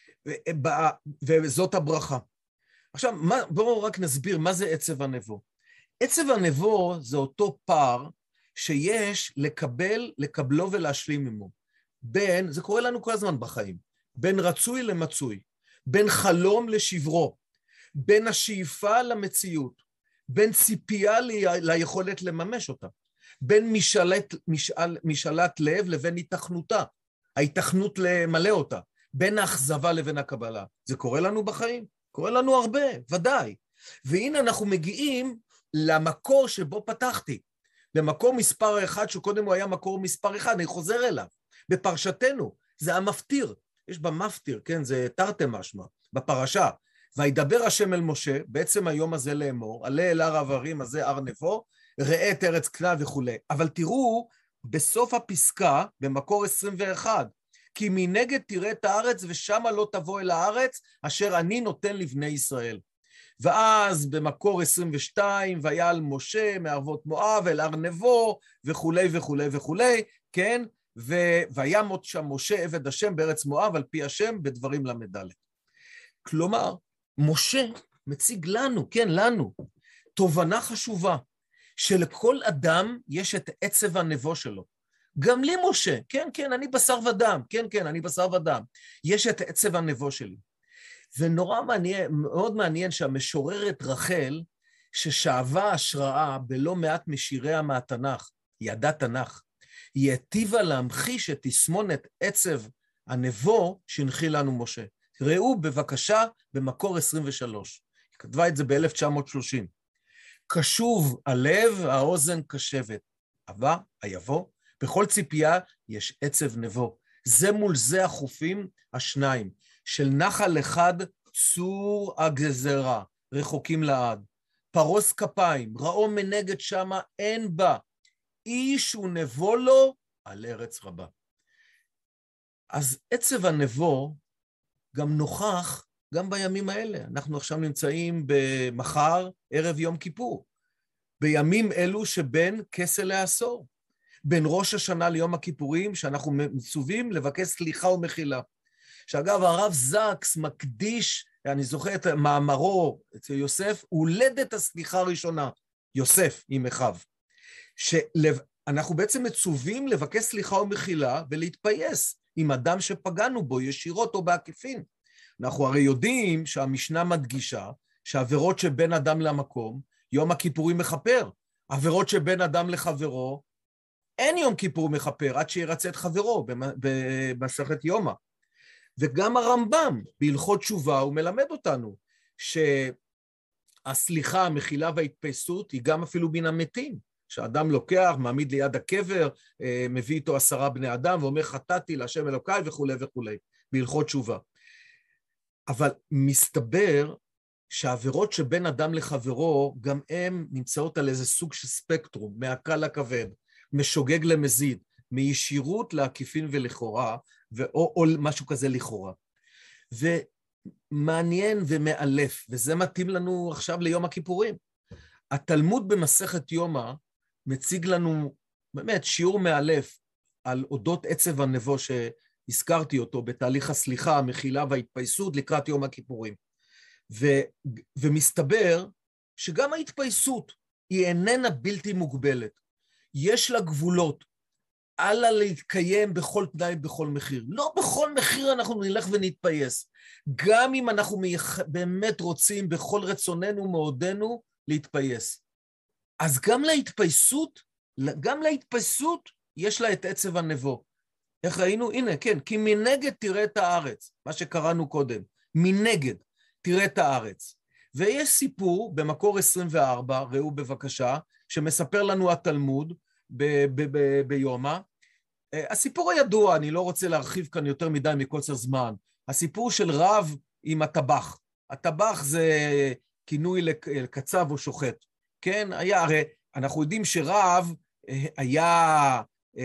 וזאת הברכה. עכשיו, בואו רק נסביר מה זה עצב הנבו. עצב הנבו זה אותו פער שיש לקבל, לקבלו ולהשלים עמו. בין, זה קורה לנו כל הזמן בחיים, בין רצוי למצוי, בין חלום לשברו, בין השאיפה למציאות, בין ציפייה ליכולת לממש אותה, בין משאלת, משאל, משאלת לב לבין התכנותה, ההתכנות למלא אותה, בין האכזבה לבין הקבלה. זה קורה לנו בחיים? קורה לנו הרבה, ודאי. והנה אנחנו מגיעים למקור שבו פתחתי, למקור מספר אחד, שקודם הוא היה מקור מספר אחד, אני חוזר אליו, בפרשתנו, זה המפטיר, יש במפטיר, כן, זה תרתי משמע, בפרשה, וידבר השם אל משה, בעצם היום הזה לאמור, עלה אל הר ההרים הזה הר נבו, ראה את ארץ כנען וכו'. אבל תראו, בסוף הפסקה, במקור עשרים ואחת, כי מנגד תראה את הארץ, ושמה לא תבוא אל הארץ, אשר אני נותן לבני ישראל. ואז במקור עשרים ושתיים, ויעל משה מערבות מואב אל הר נבו, וכו' וכו' וכו', כן? וימות שם משה עבד השם בארץ מואב, על פי השם, בדברים למד. כלומר, משה מציג לנו, כן, לנו, תובנה חשובה, שלכל אדם יש את עצב הנבו שלו. גם לי משה, כן, כן, אני בשר ודם, כן, כן, אני בשר ודם. יש את עצב הנבו שלי. ונורא מעניין, מאוד מעניין שהמשוררת רחל, ששאבה השראה בלא מעט משיריה מהתנ"ך, ידע תנ"ך, היא היטיבה להמחיש את תסמונת עצב הנבו שהנחיל לנו משה. ראו בבקשה במקור עשרים ושלוש. היא כתבה את זה ב-אלף תשע מאות שלושים. קשוב הלב, האוזן קשבת. הבא, היבוא, בכל ציפייה יש עצב נבו. זה מול זה החופים השניים, של נחל אחד צור הגזרה, רחוקים לעד. פרוס כפיים, ראו מנגד שמה, אין בה. איש ונבו לו על ארץ רבה. אז עצב הנבו גם נוכח גם בימים האלה. אנחנו עכשיו נמצאים במחר, ערב יום כיפור. בימים אלו שבין כסל לעשור. בין ראש השנה ליום הכיפורים, שאנחנו מצווים לבקש סליחה ומחילה. שאגב, הרב זקס מקדיש, אני זוכר את מאמרו אצל יוסף, הולדת הסליחה הראשונה, יוסף עם אחיו. שאנחנו בעצם מצווים לבקש סליחה ומחילה ולהתפייס עם אדם שפגענו בו ישירות או בעקיפין. אנחנו הרי יודעים שהמשנה מדגישה שעבירות שבין אדם למקום, יום הכיפורים מכפר. עבירות שבין אדם לחברו, אין יום כיפור מכפר עד שירצה את חברו במסכת יומא. וגם הרמב"ם בהלכות תשובה הוא מלמד אותנו שהסליחה, המחילה וההתפייסות היא גם אפילו מן המתים. שאדם לוקח, מעמיד ליד הקבר, מביא איתו עשרה בני אדם ואומר חטאתי להשם אלוקיי וכו' וכו', בהלכות תשובה. אבל מסתבר שהעבירות שבין אדם לחברו, גם הן נמצאות על איזה סוג של ספקטרום, מהקל לכבד, משוגג למזיד, מישירות לעקיפין ולכאורה, או, או משהו כזה לכאורה. ומעניין ומאלף, וזה מתאים לנו עכשיו ליום הכיפורים. התלמוד במסכת יומא מציג לנו באמת שיעור מאלף על אודות עצב הנבו שהזכרתי אותו בתהליך הסליחה, המחילה וההתפייסות לקראת יום הכיפורים. ו, ומסתבר שגם ההתפייסות היא איננה בלתי מוגבלת. יש לה גבולות, אלה להתקיים בכל תנאי, בכל מחיר. לא בכל מחיר אנחנו נלך ונתפייס. גם אם אנחנו באמת רוצים בכל רצוננו מעודנו להתפייס. אז גם להתפייסות, גם להתפייסות יש לה את עצב הנבו. איך ראינו? הנה, כן, כי מנגד תראה את הארץ, מה שקראנו קודם. מנגד תראה את הארץ. ויש סיפור במקור עשרים וארבע, ראו בבקשה, שמספר לנו התלמוד ב- ב- ב- ביומא. הסיפור הידוע, אני לא רוצה להרחיב כאן יותר מדי מקוצר זמן, הסיפור של רב עם הטבח. הטבח זה כינוי לקצב או שוחט. כן, היה, הרי אנחנו יודעים שרב היה,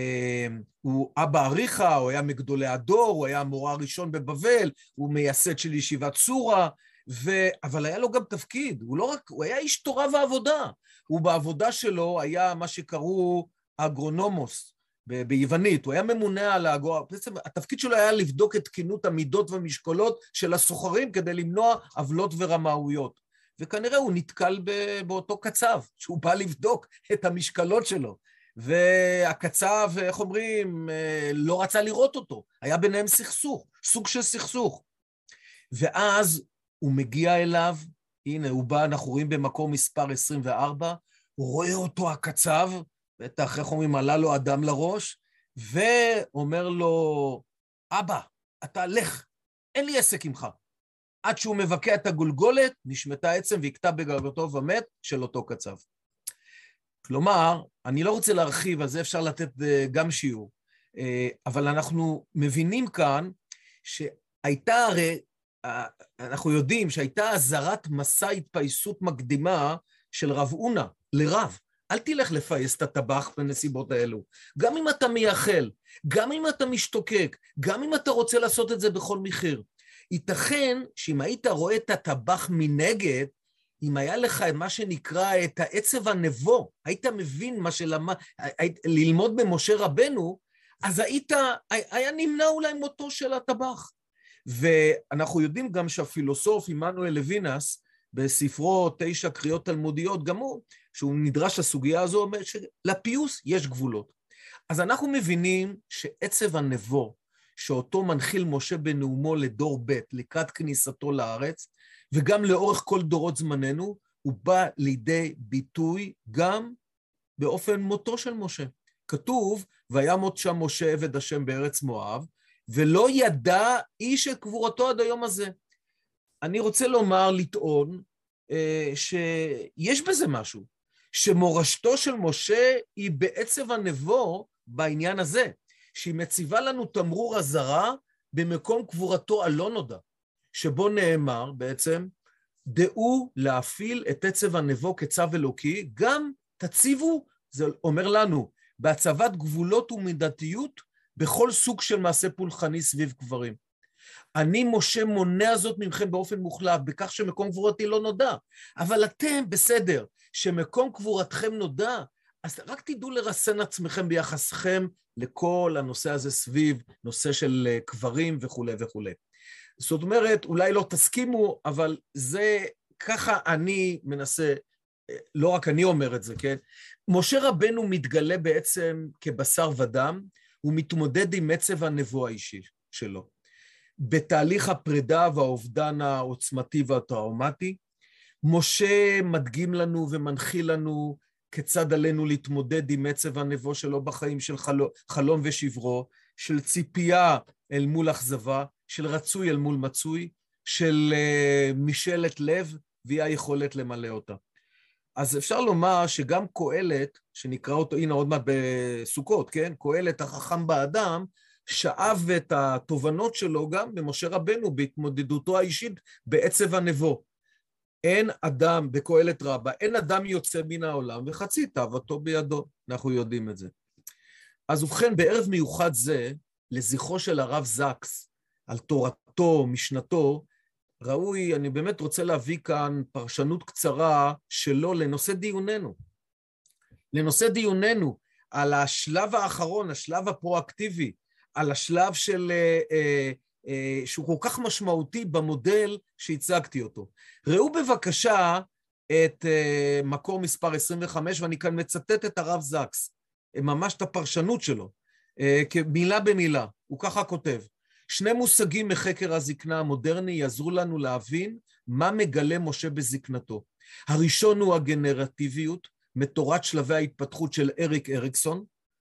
הוא אבא אריכה, הוא היה מגדולי הדור, הוא היה המורה הראשון בבבל, הוא מייסד של ישיבת צורה, ו... אבל היה לו גם תפקיד, הוא לא רק, הוא היה איש תורה ועבודה, הוא בעבודה שלו היה מה שקראו אגרונומוס, ב... ביוונית, הוא היה ממונה על האגור... בעצם התפקיד שלו היה לבדוק את תקינות המידות והמשקולות של הסוחרים, כדי למנוע עוולות ורמאויות, וכנראה הוא נתקל ב... באותו קצב, שהוא בא לבדוק את המשקלות שלו, והקצב, איך אומרים, לא רצה לראות אותו, היה ביניהם סכסוך, סוג של סכסוך, ואז הוא מגיע אליו, הנה הוא בא, אנחנו רואים במקור מספר עשרים וארבע, הוא רואה אותו הקצב, בטח איך אומרים, עלה לו אדם לראש, ואומר לו, אבא, אתה לך, אין לי עסק עמך. עד שהוא מבקע את הגולגולת, נשמתה עצם ויקטע בגלגלתו ומת של אותו קצב. כלומר, אני לא רוצה להרחיב, על זה אפשר לתת גם שיעור, אבל אנחנו מבינים כאן שהייתה הרי, אנחנו יודעים שהייתה עזרת מסע התפייסות מקדימה של רב אונה לרב. אל תלך לפייס את הטבח בנסיבות האלו. גם אם אתה מייחל, גם אם אתה משתוקק, גם אם אתה רוצה לעשות את זה בכל מחיר. ייתכן שאם היית רואה את הטבח מנגד, אם היה לך מה שנקרא את העצב הנבו, היית מבין מה שלמד, ללמוד במשה רבנו, אז היית, היה נמנע אולי מותו של הטבח. ואנחנו יודעים גם שהפילוסוף עמנואל לוינס, בספרו תשע קריאות תלמודיות, גם הוא, שהוא נדרש לסוגיה הזו, אומר שלפיוס יש גבולות. אז אנחנו מבינים שעצב הנבו, שאותו מנחיל משה בנאומו לדור ב' לקראת כניסתו לארץ, וגם לאורך כל דורות זמננו, הוא בא לידי ביטוי גם באופן מותו של משה. כתוב, וימות שם משה עבד השם בארץ מואב, ולא ידע איש את קבורתו עד היום הזה. אני רוצה לומר, לטעון, אה, שיש בזה משהו, שמורשתו של משה היא בעצב הנבו בעניין הזה, שהיא מציבה לנו תמרור אזהרה במקום קבורתו הלא נודע, שבו נאמר בעצם, דעו להפעיל את עצב הנבו כצו אלוקי, גם תציבו, זה אומר לנו, בהצבת גבולות ומידתיות, בכל סוג של מעשה פולחני סביב קברים. אני משה מונע זאת ממכם באופן מוחלט, בכך שמקום קבורתי לא נודע, אבל אתם בסדר, שמקום קבורתכם נודע, אז רק תדעו לרסן עצמכם ביחסכם לכל הנושא הזה סביב, נושא של קברים וכו' וכו'. זאת אומרת, אולי לא תסכימו, אבל זה, ככה אני מנסה, לא רק אני אומר את זה, כן? משה רבנו מתגלה בעצם כבשר ודם, הוא מתמודד עם עצב הנבו האישי שלו. בתהליך הפרידה והאובדן העוצמתי והטראומטי, משה מדגים לנו ומנחיל לנו כיצד עלינו להתמודד עם עצב הנבו שלו בחיים של חלום, חלום ושברו, של ציפייה אל מול אכזבה, של רצוי אל מול מצוי, של uh, משאלת לב והיא היכולת למלא אותה. אז אפשר לומר שגם קהלת, שנקרא אותו, הנה עוד מעט בסוכות, כן? קהלת החכם באדם, שאב את התובנות שלו גם במשה רבנו, בהתמודדותו האישית בעצב הנבו. אין אדם, בקהלת רבה, אין אדם יוצא מן העולם וחצי תאוותו בידו, אנחנו יודעים את זה. אז ובכן, בערב מיוחד זה, לזכרו של הרב זקס, על תורתו, משנתו, ראוי, אני באמת רוצה להביא כאן פרשנות קצרה שלו לנושא דיוננו. לנושא דיוננו, על השלב האחרון, השלב הפרואקטיבי, על השלב של, אה, אה, אה, שהוא כל כך משמעותי במודל שהצגתי אותו. ראו בבקשה את אה, מקור מספר עשרים וחמש, ואני כאן מצטט את הרב זקס, ממש את הפרשנות שלו, אה, כמילה במילה, הוא ככה כותב, שני מושגים מחקר הזקנה המודרני יעזרו לנו להבין מה מגלה משה בזקנתו. הראשון הוא הגנרטיביות, מתורת שלבי ההתפתחות של אריק אריקסון,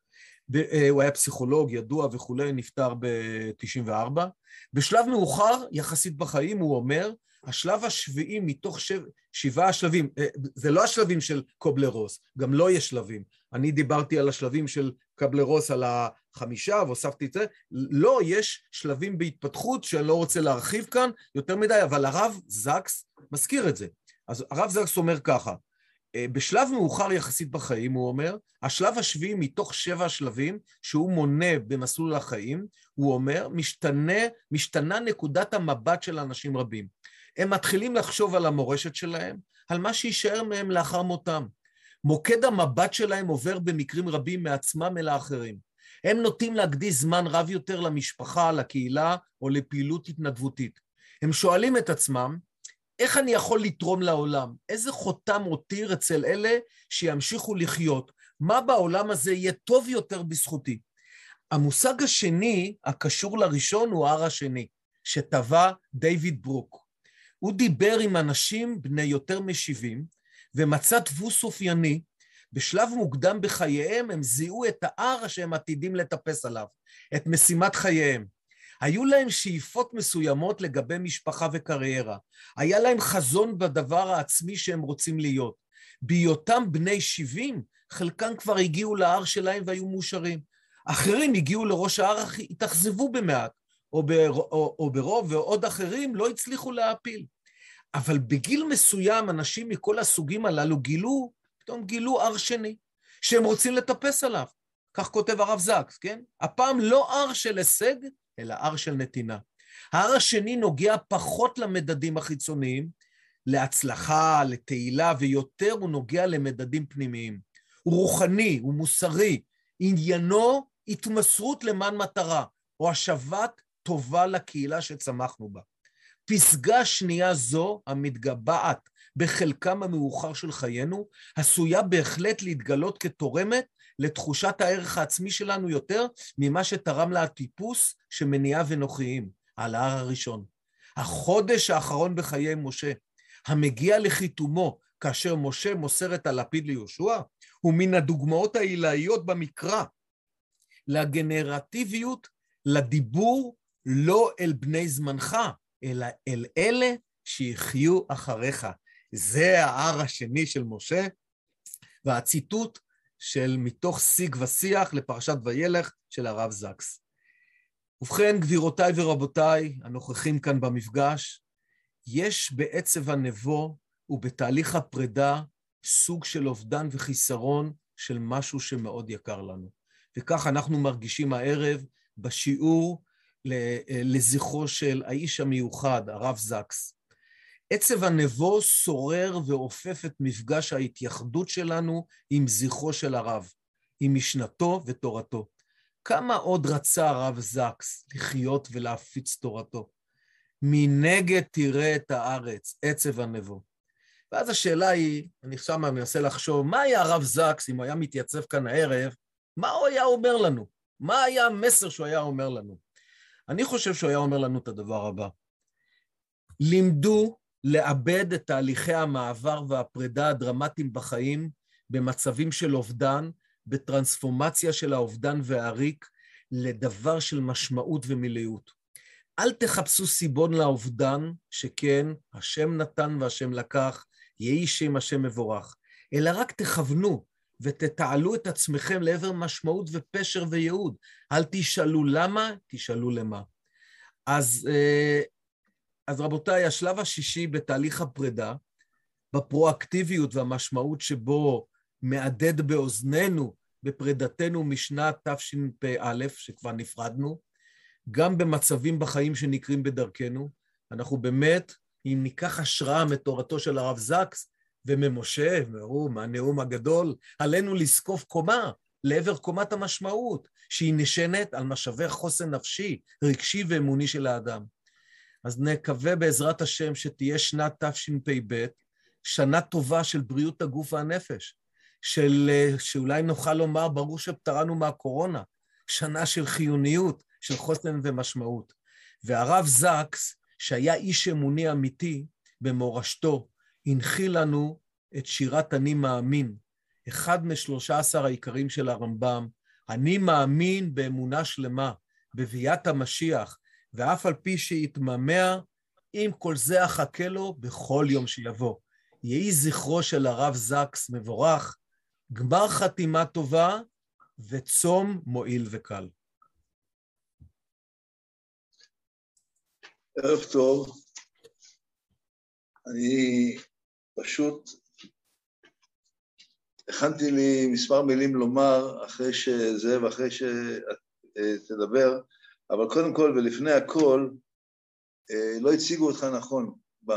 הוא היה פסיכולוג ידוע וכולי, נפטר ב-תשעים וארבע. בשלב מאוחר, יחסית בחיים, הוא אומר, השלב השביעי מתוך שב... שבעה השלבים, זה לא השלבים של קובלרוס, גם לא יש שלבים. אני דיברתי על השלבים של קובלרוס על החמישה, והוספתי את זה. לא, יש שלבים בהתפתחות שאני לא רוצה להרחיב כאן יותר מדי, אבל הרב זקס מזכיר את זה. אז הרב זקס אומר ככה, בשלב מאוחר יחסית בחיים, הוא אומר, השלב השביעי מתוך שבע השלבים שהוא מונה במסלול החיים, הוא אומר, משתנה, משתנה נקודת המבט של אנשים רבים. הם מתחילים לחשוב על המורשת שלהם, על מה שישאר מהם לאחר מותם. מוקד המבט שלהם עובר במקרים רבים מעצמם אל האחרים. הם נוטים להקדיש זמן רב יותר למשפחה, לקהילה או לפעילות התנדבותית. הם שואלים את עצמם, איך אני יכול לתרום לעולם? איזה חותם הותיר אצל אלה שימשיכו לחיות? מה בעולם הזה יהיה טוב יותר בזכותי? המושג השני, הקשור לראשון, הוא הר השני, שטבע דיוויד ברוק. הוא דיבר עם אנשים בני יותר מ-שבעים, ומצא דפוס אופייני, בשלב מוקדם בחייהם הם זיהו את ההר שהם עתידים לטפס עליו, את משימת חייהם. היו להם שאיפות מסוימות לגבי משפחה וקריירה. היה להם חזון בדבר העצמי שהם רוצים להיות. בהיותם בני שבעים, חלקם כבר הגיעו להר שלהם והיו מאושרים. אחרים הגיעו לראש ההר, התאכזבו במעט, או, בר, או, או ברוב, ועוד אחרים לא הצליחו להעפיל. אבל בגיל מסוים, אנשים מכל הסוגים הללו גילו, פתאום גילו הר שני, שהם רוצים לטפס עליו. כך כותב הרב זקס, כן? הפעם לא הר של הישג, אלא הר של נתינה. ההר השני נוגע פחות למדדים החיצוניים, להצלחה, לתהילה, ויותר הוא נוגע למדדים פנימיים. הוא רוחני, הוא מוסרי, עניינו התמסרות למען מטרה, או השבת טובה לקהילה שצמחנו בה. פסגה שנייה זו, המתגבעת בחלקם המאוחר של חיינו, עשויה בהחלט להתגלות כתורמת לתחושת הערך העצמי שלנו יותר ממה שתרם לה הטיפוס שמניעה ונוחיים על ההר הראשון. החודש האחרון בחיי משה, המגיע לחיתומו כאשר משה מוסר את הלפיד ליהושע, הוא מן הדוגמאות העילאיות במקרא, לגנרטיביות, לדיבור לא אל בני זמנך, אלא אל אלה שיחיו אחריך. זה ההר השני של משה, והציטוט של מתוך שיג ושיח לפרשת וילך של הרב זקס. ובכן, גבירותיי ורבותיי, הנוכחים כאן במפגש, יש בעצב הנבו ובתהליך הפרידה סוג של אובדן וחיסרון של משהו שמאוד יקר לנו. וכך אנחנו מרגישים הערב בשיעור לזכרו של האיש המיוחד, הרב זקס. עצב הנבו שורר ואופף את מפגש ההתייחדות שלנו עם זכרו של הרב, עם משנתו ותורתו. כמה עוד רצה הרב זקס לחיות ולהפיץ תורתו? מנגד תראה את הארץ, עצב הנבו. ואז השאלה היא, אני עכשיו מנסה לחשוב, מה היה הרב זקס אם הוא היה מתייצב כאן הערב? מה הוא היה אומר לנו? מה היה המסר שהוא היה אומר לנו? אני חושב שהוא היה אומר לנו את הדבר הבא. לימדו לאבד את תהליכי המעבר והפרידה הדרמטיים בחיים במצבים של אובדן, בטרנספורמציה של האובדן והריק, לדבר של משמעות ומילאות. אל תחפשו סיבון לאובדן, שכן השם נתן והשם לקח, יהי שם השם מבורך, אלא רק תכוונו ותתעלו את עצמכם לעבר משמעות ופשר וייעוד. אל תשאלו למה, תשאלו למה. אז, אז רבותיי, השלב השישי בתהליך הפרידה, בפרואקטיביות והמשמעות שבו מעדד באוזנינו בפרידתנו משנת תשפ"א, שכבר נפרדנו, גם במצבים בחיים שנקרים בדרכנו, אנחנו באמת, אם ניקח השראה מתורתו של הרב זקס וממשה, והוא מהנאום הגדול, עלינו לזקוף קומה לעבר קומת המשמעות, שהיא נשענת על משאבי חוסן נפשי, רגשי ואמוני של האדם. אז נקווה בעזרת השם שתהיה שנת תשפ"ב, שנה טובה של בריאות הגוף והנפש, של, שאולי נוכל לומר, ברור שפטרנו מהקורונה, שנה של חיוניות, של חוסן ומשמעות. והרב זקס, שהיה איש אמוני אמיתי במורשתו, הנחיל לנו את שירת אני מאמין, אחד משלושה עשר העיקרים של הרמב"ם. אני מאמין באמונה שלמה, בביאת המשיח, ואף על פי שיתממע, עם כל זה אחכה לו בכל יום שיבוא. יהי זכרו של הרב זקס מבורך, גמר חתימה טובה וצום מועיל וקל. ערב טוב, אני פשוט הכנתי לי מספר מילים לומר אחרי שזה ואחרי שתדבר, אבל קודם כל ולפני הכל, לא הציגו אותך נכון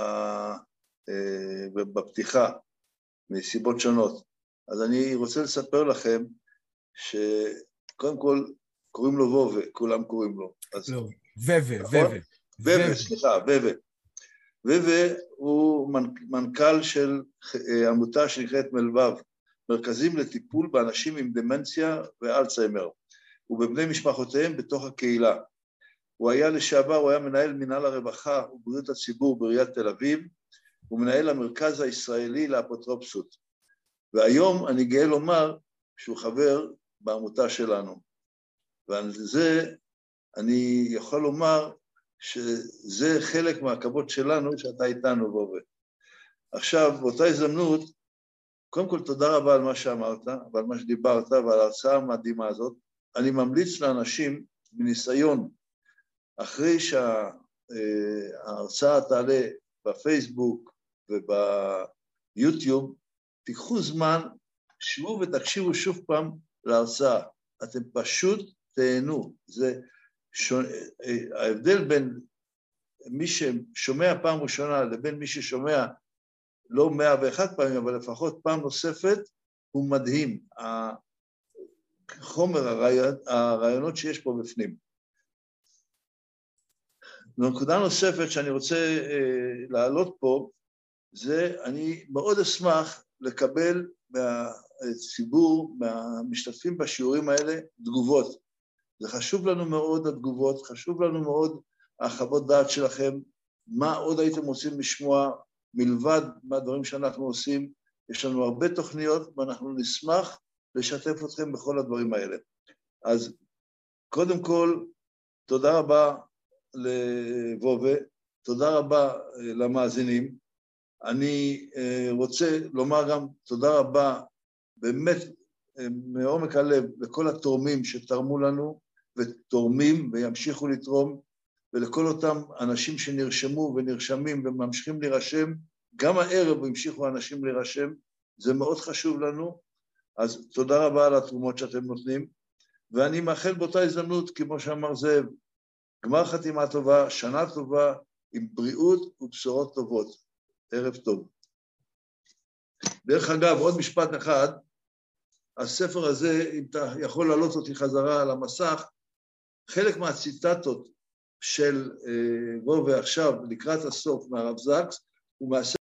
בפתיחה, מסיבות שונות. אז אני רוצה לספר לכם שקודם כל קוראים לו וובה, כולם קוראים לו. לא, וובה, וובה. וובה, סליחה, וובה. וובה הוא מנכ"ל של עמותה שנקראת מלבב, מרכזים לטיפול באנשים עם דמנציה ואלצהיימר, ובבני משפחותיהם בתוך הקהילה. הוא היה לשעבר, הוא היה מנהל מנהל הרווחה ובריאות הציבור בעיריית תל אביב, הוא מנהל המרכז הישראלי לאפוטרופסות. והיום אני גאה לומר שהוא חבר בעמותה שלנו. ועל זה אני יכול לומר שזה חלק מהכבוד שלנו שאתה איתנו וובה. עכשיו, באותה הזדמנות, קודם כל תודה רבה על מה שאמרת, ועל מה שדיברת, ועל ההרצאה המדהימה הזאת. אני ממליץ לאנשים בניסיון, אחרי שההרצאה תעלה בפייסבוק וביוטיוב, תיקחו זמן, שבו ותקשיבו שוב פעם להרצאה. אתם פשוט תהנו. זה שונה, ההבדל בין מי ששומע פעם ראשונה לבין מי ששומע לא מאה ואחת פעמים, אבל לפחות פעם נוספת, הוא מדהים. החומר, הרעיונות שיש פה בפנים. נקודה נוספת שאני רוצה להעלות פה, זה אני מאוד אשמח לקבל מהציבור, מהמשתתפים בשיעורים האלה, תגובות. זה חשוב לנו מאוד התגובות, חשוב לנו מאוד החוות דעת שלכם, מה עוד הייתם רוצים לשמוע מלבד מהדברים שאנחנו עושים. יש לנו הרבה תוכניות ואנחנו נשמח לשתף אתכם בכל הדברים האלה. אז קודם כל, תודה רבה לבובה, תודה רבה למאזינים. אני רוצה לומר גם תודה רבה באמת מעומק הלב לכל התורמים שתרמו לנו ותורמים וימשיכו לתרום, ולכל אותם אנשים שנרשמו ונרשמים וממשיכים להירשם, גם הערב המשיכו אנשים להירשם, זה מאוד חשוב לנו, אז תודה רבה על התרומות שאתם נותנים, ואני מאחל באותה הזדמנות, כמו שאמר זאב, גמר חתימה טובה, שנה טובה, עם בריאות ובשורות טובות. ערב טוב. דרך אגב, עוד משפט אחד, הספר הזה, אם אתה יכול להעלות אותי חזרה על המסך, חלק מהציטטות של בוא ועכשיו לקראת הסוף מהרב זקס, הוא מהספר